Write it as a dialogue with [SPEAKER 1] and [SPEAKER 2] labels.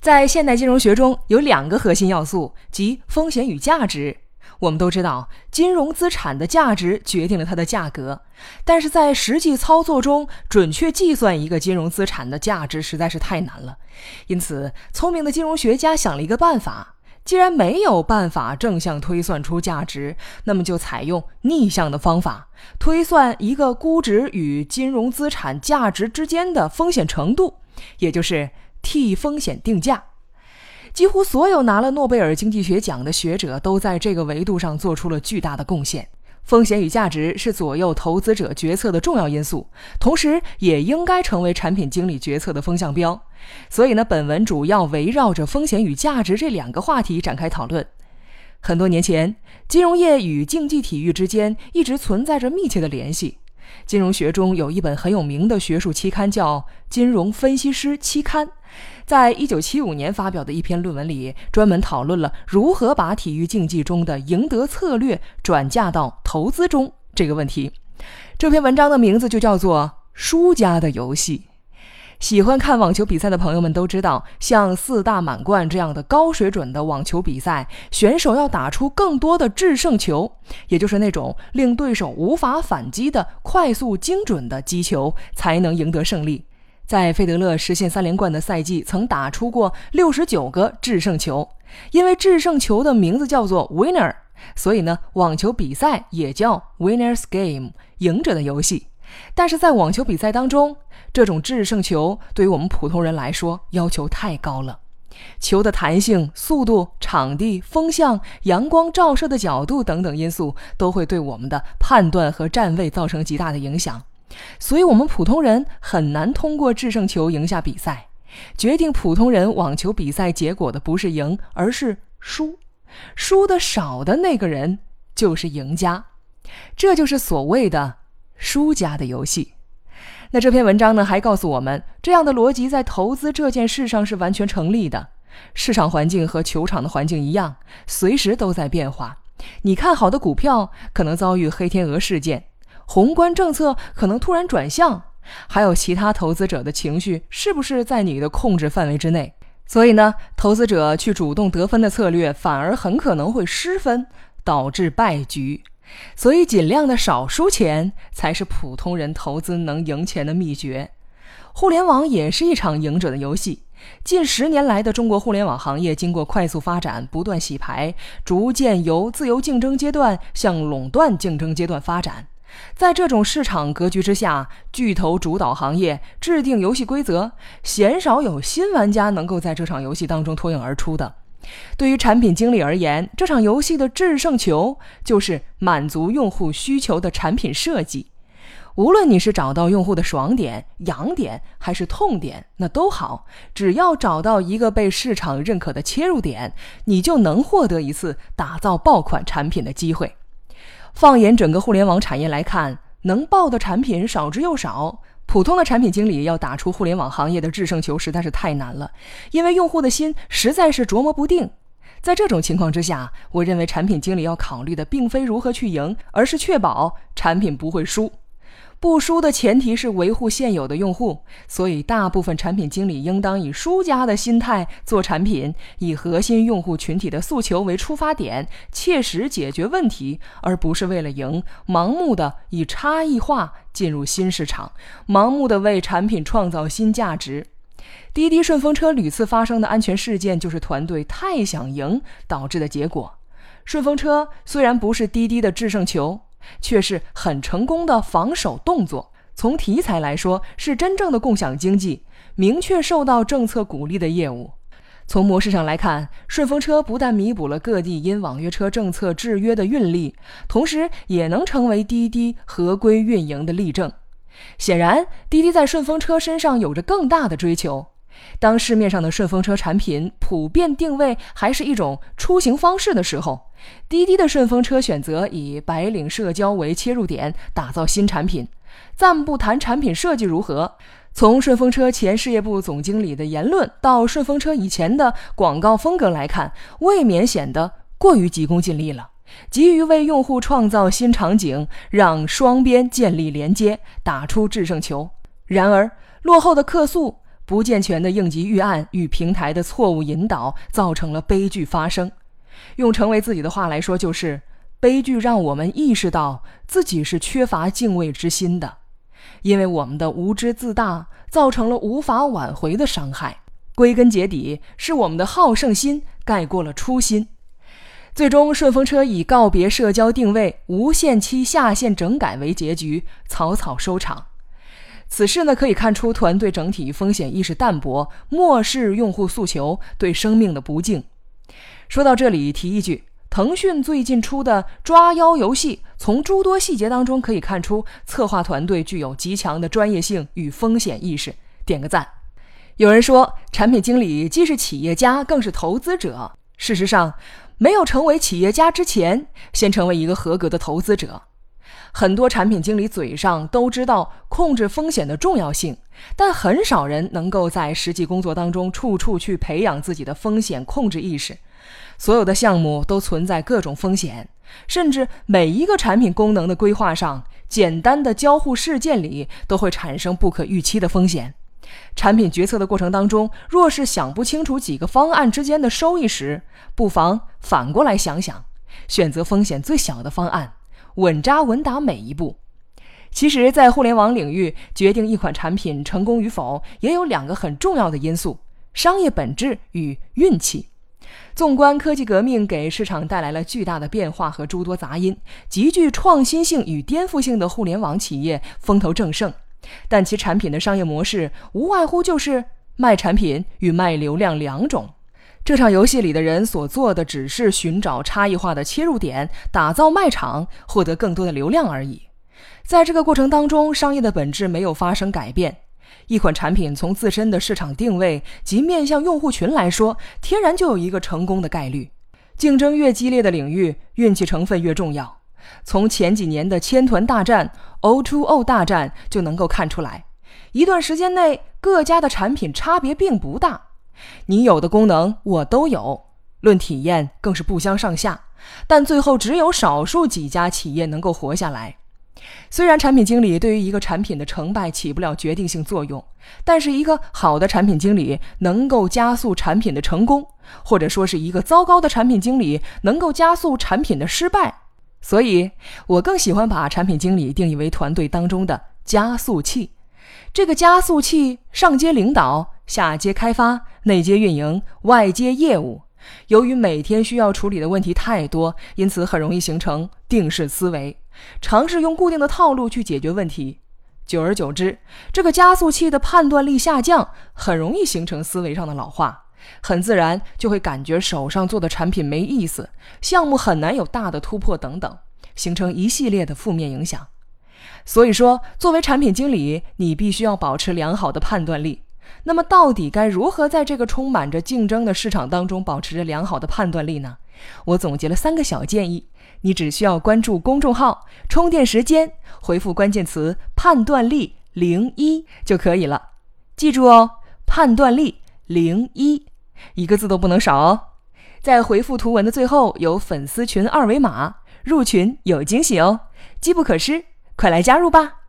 [SPEAKER 1] 在现代金融学中有2个核心要素，即风险与价值。我们都知道，金融资产的价值决定了它的价格，但是在实际操作中，准确计算一个金融资产的价值实在是太难了。因此，聪明的金融学家想了一个办法，既然没有办法正向推算出价值，那么就采用逆向的方法，推算一个估值与金融资产价值之间的风险程度，也就是替风险定价。几乎所有拿了诺贝尔经济学奖的学者都在这个维度上做出了巨大的贡献。风险与价值是左右投资者决策的重要因素，同时也应该成为产品经理决策的风向标。所以呢，本文主要围绕着风险与价值这2个话题展开讨论。很多年前，金融业与竞技体育之间一直存在着密切的联系。金融学中有一本很有名的学术期刊叫《金融分析师期刊》，在1975年发表的一篇论文里，专门讨论了如何把体育竞技中的赢得策略转嫁到投资中这个问题。这篇文章的名字就叫做《输家的游戏》。喜欢看网球比赛的朋友们都知道，像4大满贯这样的高水准的网球比赛，选手要打出更多的制胜球，也就是那种令对手无法反击的快速精准的击球，才能赢得胜利。在费德勒实现3连冠的赛季，曾打出过69个制胜球。因为制胜球的名字叫做 winner， 所以呢，网球比赛也叫 winner's game， 赢者的游戏。但是在网球比赛当中，这种制胜球对于我们普通人来说要求太高了。球的弹性、速度、场地、风向、阳光照射的角度等等因素都会对我们的判断和站位造成极大的影响。所以我们普通人很难通过制胜球赢下比赛。决定普通人网球比赛结果的不是赢，而是输。输得少的那个人就是赢家。这就是所谓的输家的游戏。那这篇文章呢，还告诉我们，这样的逻辑在投资这件事上是完全成立的。市场环境和球场的环境一样，随时都在变化。你看好的股票可能遭遇黑天鹅事件，宏观政策可能突然转向，还有其他投资者的情绪是不是在你的控制范围之内。所以呢，投资者去主动得分的策略反而很可能会失分，导致败局。所以尽量的少输钱才是普通人投资能赢钱的秘诀。互联网也是一场赢者的游戏。近10年来的中国互联网行业经过快速发展，不断洗牌，逐渐由自由竞争阶段向垄断竞争阶段发展。在这种市场格局之下，巨头主导行业，制定游戏规则，鲜少有新玩家能够在这场游戏当中脱颖而出的。对于产品经理而言，这场游戏的制胜球就是满足用户需求的产品设计。无论你是找到用户的爽点、痒点还是痛点，那都好，只要找到一个被市场认可的切入点，你就能获得一次打造爆款产品的机会。放眼整个互联网产业来看，能爆的产品少之又少。普通的产品经理要打出互联网行业的制胜球实在是太难了，因为用户的心实在是琢磨不定。在这种情况之下，我认为产品经理要考虑的并非如何去赢，而是确保产品不会输。不输的前提是维护现有的用户，所以大部分产品经理应当以输家的心态做产品，以核心用户群体的诉求为出发点，切实解决问题，而不是为了赢，盲目的以差异化进入新市场，盲目的为产品创造新价值。滴滴顺风车屡次发生的安全事件就是团队太想赢导致的结果。顺风车虽然不是滴滴的制胜球，却是很成功的防守动作。从题材来说，是真正的共享经济，明确受到政策鼓励的业务。从模式上来看，顺风车不但弥补了各地因网约车政策制约的运力，同时也能成为滴滴合规运营的例证。显然，滴滴在顺风车身上有着更大的追求。当市面上的顺风车产品普遍定位还是一种出行方式的时候，滴滴的顺风车选择以白领社交为切入点，打造新产品。暂不谈产品设计如何，从顺风车前事业部总经理的言论到顺风车以前的广告风格来看，未免显得过于急功近利了，急于为用户创造新场景，让双边建立连接，打出制胜球。然而落后的客诉不健全的应急预案与平台的错误引导造成了悲剧发生。用程维自己的话来说，就是悲剧让我们意识到自己是缺乏敬畏之心的，因为我们的无知自大造成了无法挽回的伤害。归根结底，是我们的好胜心盖过了初心。最终，顺风车以告别社交定位、无限期下线整改为结局，草草收场。此事呢，可以看出团队整体风险意识淡薄，漠视用户诉求，对生命的不敬。说到这里，提一句，腾讯最近出的抓妖游戏，从诸多细节当中可以看出策划团队具有极强的专业性与风险意识，点个赞。有人说，产品经理既是企业家，更是投资者。事实上，没有成为企业家之前，先成为一个合格的投资者。很多产品经理嘴上都知道控制风险的重要性，但很少人能够在实际工作当中处处去培养自己的风险控制意识。所有的项目都存在各种风险，甚至每一个产品功能的规划上，简单的交互事件里都会产生不可预期的风险。产品决策的过程当中，若是想不清楚几个方案之间的收益时，不妨反过来想想，选择风险最小的方案，稳扎稳打每一步。其实在互联网领域，决定一款产品成功与否也有两个很重要的因素：商业本质与运气。纵观科技革命给市场带来了巨大的变化和诸多杂音，极具创新性与颠覆性的互联网企业风头正盛，但其产品的商业模式无外乎就是卖产品与卖流量两种。这场游戏里的人所做的只是寻找差异化的切入点，打造卖场，获得更多的流量而已。在这个过程当中，商业的本质没有发生改变。一款产品从自身的市场定位及面向用户群来说，天然就有一个成功的概率。竞争越激烈的领域，运气成分越重要。从前几年的千团大战、O2O 大战就能够看出来，一段时间内各家的产品差别并不大，你有的功能我都有，论体验更是不相上下，但最后只有少数几家企业能够活下来。虽然产品经理对于一个产品的成败起不了决定性作用，但是一个好的产品经理能够加速产品的成功，或者说是一个糟糕的产品经理能够加速产品的失败。所以我更喜欢把产品经理定义为团队当中的加速器。这个加速器上接领导，下接开发，内接运营，外接业务。由于每天需要处理的问题太多，因此很容易形成定式思维，尝试用固定的套路去解决问题。久而久之，这个加速器的判断力下降，很容易形成思维上的老化，很自然就会感觉手上做的产品没意思，项目很难有大的突破等等，形成一系列的负面影响。所以说，作为产品经理，你必须要保持良好的判断力。那么到底该如何在这个充满着竞争的市场当中保持着良好的判断力呢？我总结了3个小建议，你只需要关注公众号充电时间，回复关键词判断力01就可以了。记住哦，判断力01，一个字都不能少哦。在回复图文的最后有粉丝群2维码，入群有惊喜哦，机不可失，快来加入吧。